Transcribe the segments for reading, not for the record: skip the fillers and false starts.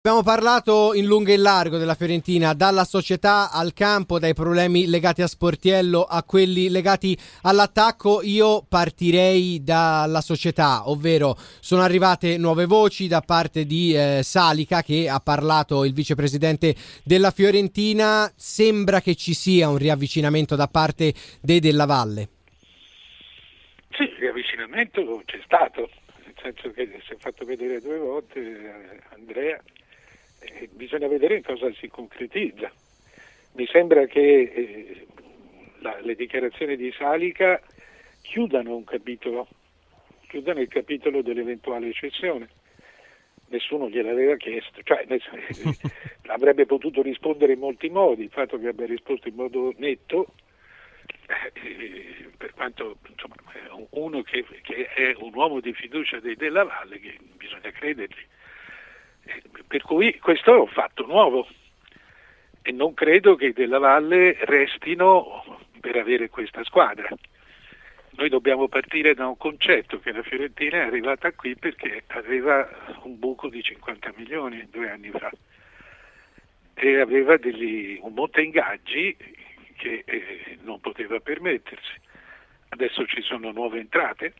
Abbiamo parlato in lungo e in largo della Fiorentina, dalla società al campo, dai problemi legati a Sportiello a quelli legati all'attacco. Io partirei dalla società, ovvero sono arrivate nuove voci da parte di Salica, che ha parlato il vicepresidente della Fiorentina. Sembra che ci sia un riavvicinamento da parte dei Della Valle. Sì, il riavvicinamento c'è stato, nel senso che si è fatto vedere 2 volte Andrea. Bisogna vedere in cosa si concretizza. Mi sembra che le dichiarazioni di Salica chiudano il capitolo dell'eventuale cessione. Nessuno gliel'aveva chiesto, avrebbe potuto rispondere in molti modi. Il fatto che abbia risposto in modo netto, per quanto insomma, uno che è un uomo di fiducia dei Della Valle, che bisogna credergli. Per cui questo è un fatto nuovo e non credo che i Della Valle restino per avere questa squadra. Noi dobbiamo partire da un concetto, che la Fiorentina è arrivata qui perché aveva un buco di 50 milioni 2 anni fa e aveva un monte ingaggi che non poteva permettersi. Adesso ci sono nuove entrate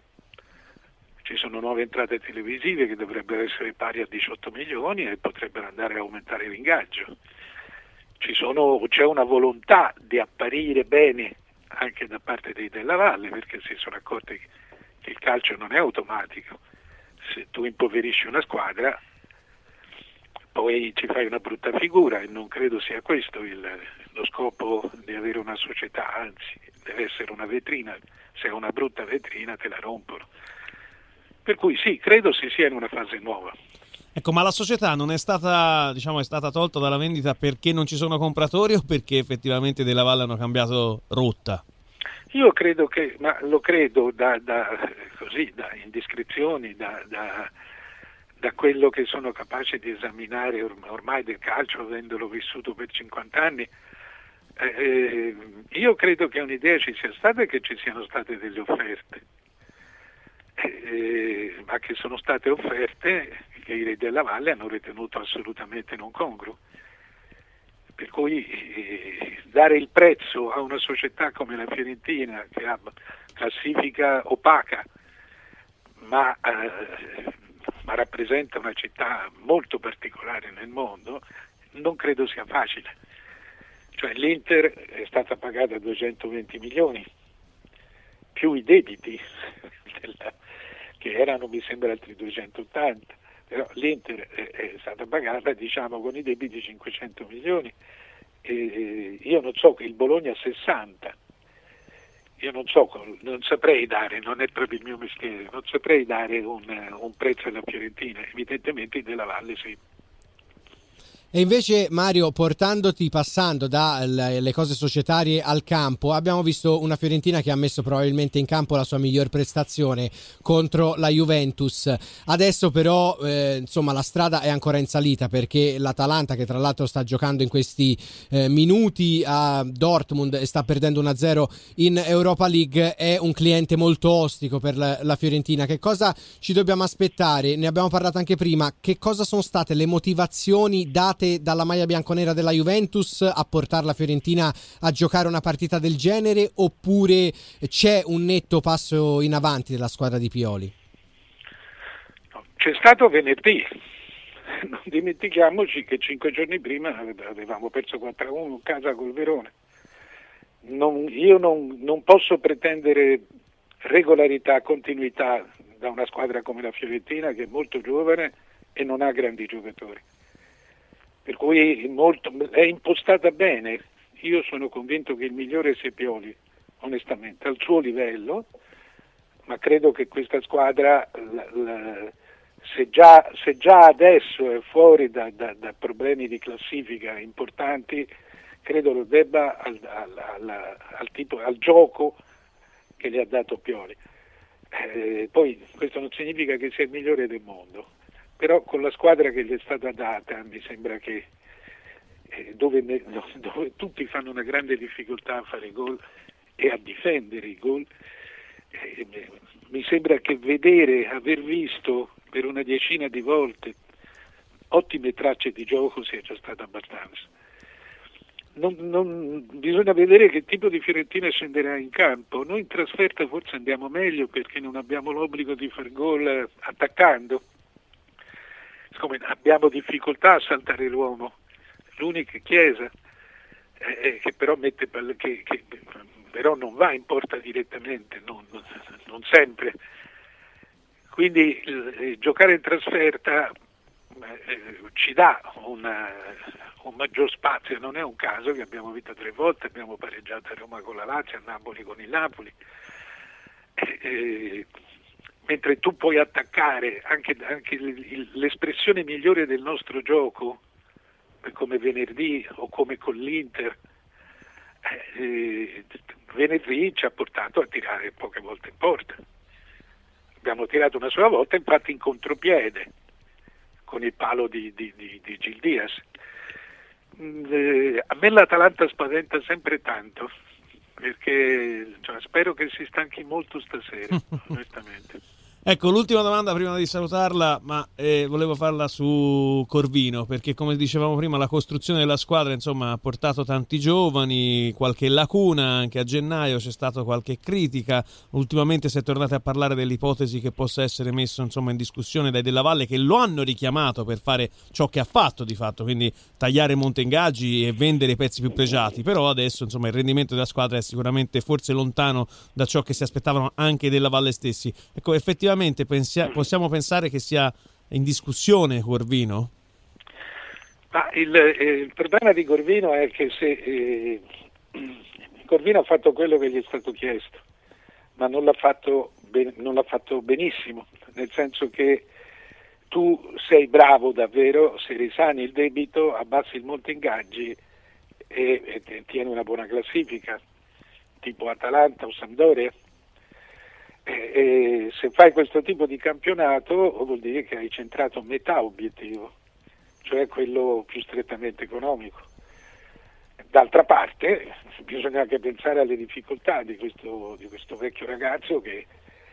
televisive che dovrebbero essere pari a 18 milioni e potrebbero andare a aumentare l'ingaggio. C'è una volontà di apparire bene anche da parte dei Della Valle, perché si sono accorti che il calcio non è automatico. Se tu impoverisci una squadra poi ci fai una brutta figura, e non credo sia questo lo scopo di avere una società, anzi deve essere una vetrina. Se è una brutta vetrina te la rompono. Per cui sì, credo si sia in una fase nuova. Ecco, ma la società non è stata, è stata tolta dalla vendita perché non ci sono compratori o perché effettivamente Della Valle hanno cambiato rotta? Io credo ma lo credo da indiscrezioni, da quello che sono capace di esaminare ormai del calcio, avendolo vissuto per 50 anni. Io credo che un'idea ci sia stata e che ci siano state delle offerte. Ma che sono state offerte che i Della Valle hanno ritenuto assolutamente non congrue. Per cui dare il prezzo a una società come la Fiorentina, che ha classifica opaca, ma rappresenta una città molto particolare nel mondo, non credo sia facile. Cioè l'Inter è stata pagata 220 milioni, più i debiti che erano mi sembra altri 280, però l'Inter è stata pagata con i debiti 500 milioni. Io non so, che il Bologna 60, io non saprei dare, non è proprio il mio mestiere, non saprei dare un prezzo alla Fiorentina, evidentemente Della Valle sì. E invece, Mario, passando dalle cose societarie al campo, abbiamo visto una Fiorentina che ha messo probabilmente in campo la sua miglior prestazione contro la Juventus. Adesso però la strada è ancora in salita, perché l'Atalanta, che tra l'altro sta giocando in questi minuti a Dortmund e sta perdendo 1-0 in Europa League, è un cliente molto ostico per la Fiorentina. Che cosa ci dobbiamo aspettare? Ne abbiamo parlato anche prima. Che cosa sono state le motivazioni date dalla maglia bianconera della Juventus a portare la Fiorentina a giocare una partita del genere, oppure c'è un netto passo in avanti della squadra di Pioli? C'è stato venerdì, non dimentichiamoci che 5 giorni prima avevamo perso 4-1 in casa col Verona. Io non posso pretendere regolarità, continuità da una squadra come la Fiorentina, che è molto giovane e non ha grandi giocatori. Per cui è impostata bene. Io sono convinto che il migliore sia Pioli, onestamente, al suo livello, ma credo che questa squadra, se già adesso è fuori da problemi di classifica importanti, credo lo debba al gioco che gli ha dato Pioli. Poi questo non significa che sia il migliore del mondo, però con la squadra che gli è stata data mi sembra che dove tutti fanno una grande difficoltà a fare gol e a difendere i gol, mi sembra che aver visto per una decina di volte ottime tracce di gioco sia già stato abbastanza. Bisogna vedere che tipo di Fiorentina scenderà in campo. Noi in trasferta forse andiamo meglio perché non abbiamo l'obbligo di far gol attaccando, siccome abbiamo difficoltà a saltare l'uomo. L'unica è Chiesa, che però che però non va in porta direttamente, non sempre. Quindi giocare in trasferta ci dà un maggior spazio. Non è un caso che abbiamo vinto 3 volte, abbiamo pareggiato a Roma con la Lazio, a Napoli con il Napoli, mentre tu puoi attaccare anche l'espressione migliore del nostro gioco, come venerdì o come con l'Inter. Venerdì ci ha portato a tirare poche volte in porta. Abbiamo tirato una sola volta, infatti in contropiede, con il palo di Gil Dias. A me l'Atalanta spaventa sempre tanto, perché spero che si stanchi molto stasera, onestamente. Ecco, l'ultima domanda prima di salutarla, ma volevo farla su Corvino, perché come dicevamo prima la costruzione della squadra insomma ha portato tanti giovani, qualche lacuna, anche a gennaio c'è stata qualche critica, ultimamente si è tornati a parlare dell'ipotesi che possa essere messo insomma in discussione dai Della Valle, che lo hanno richiamato per fare ciò che ha fatto di fatto, quindi tagliare monte ingaggi e vendere i pezzi più pregiati, però adesso insomma il rendimento della squadra è sicuramente forse lontano da ciò che si aspettavano anche Della Valle stessi. Ecco, effettivamente possiamo pensare che sia in discussione Corvino? Ma il problema di Corvino è che se Corvino ha fatto quello che gli è stato chiesto, ma non l'ha fatto benissimo, nel senso che tu sei bravo davvero se risani il debito, abbassi il monte ingaggi e tieni una buona classifica, tipo Atalanta o Sampdoria. Se fai questo tipo di campionato vuol dire che hai centrato metà obiettivo, cioè quello più strettamente economico. D'altra parte bisogna anche pensare alle difficoltà di questo vecchio ragazzo che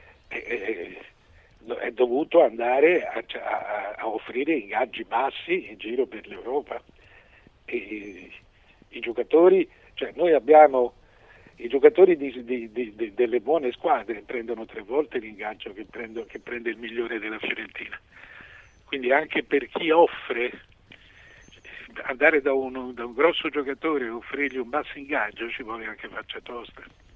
è dovuto andare a offrire ingaggi bassi in giro per l'Europa. E i giocatori, cioè noi abbiamo i giocatori delle buone squadre prendono 3 volte l'ingaggio che prende il migliore della Fiorentina. Quindi anche per chi offre, andare da un grosso giocatore e offrirgli un basso ingaggio ci vuole anche faccia tosta.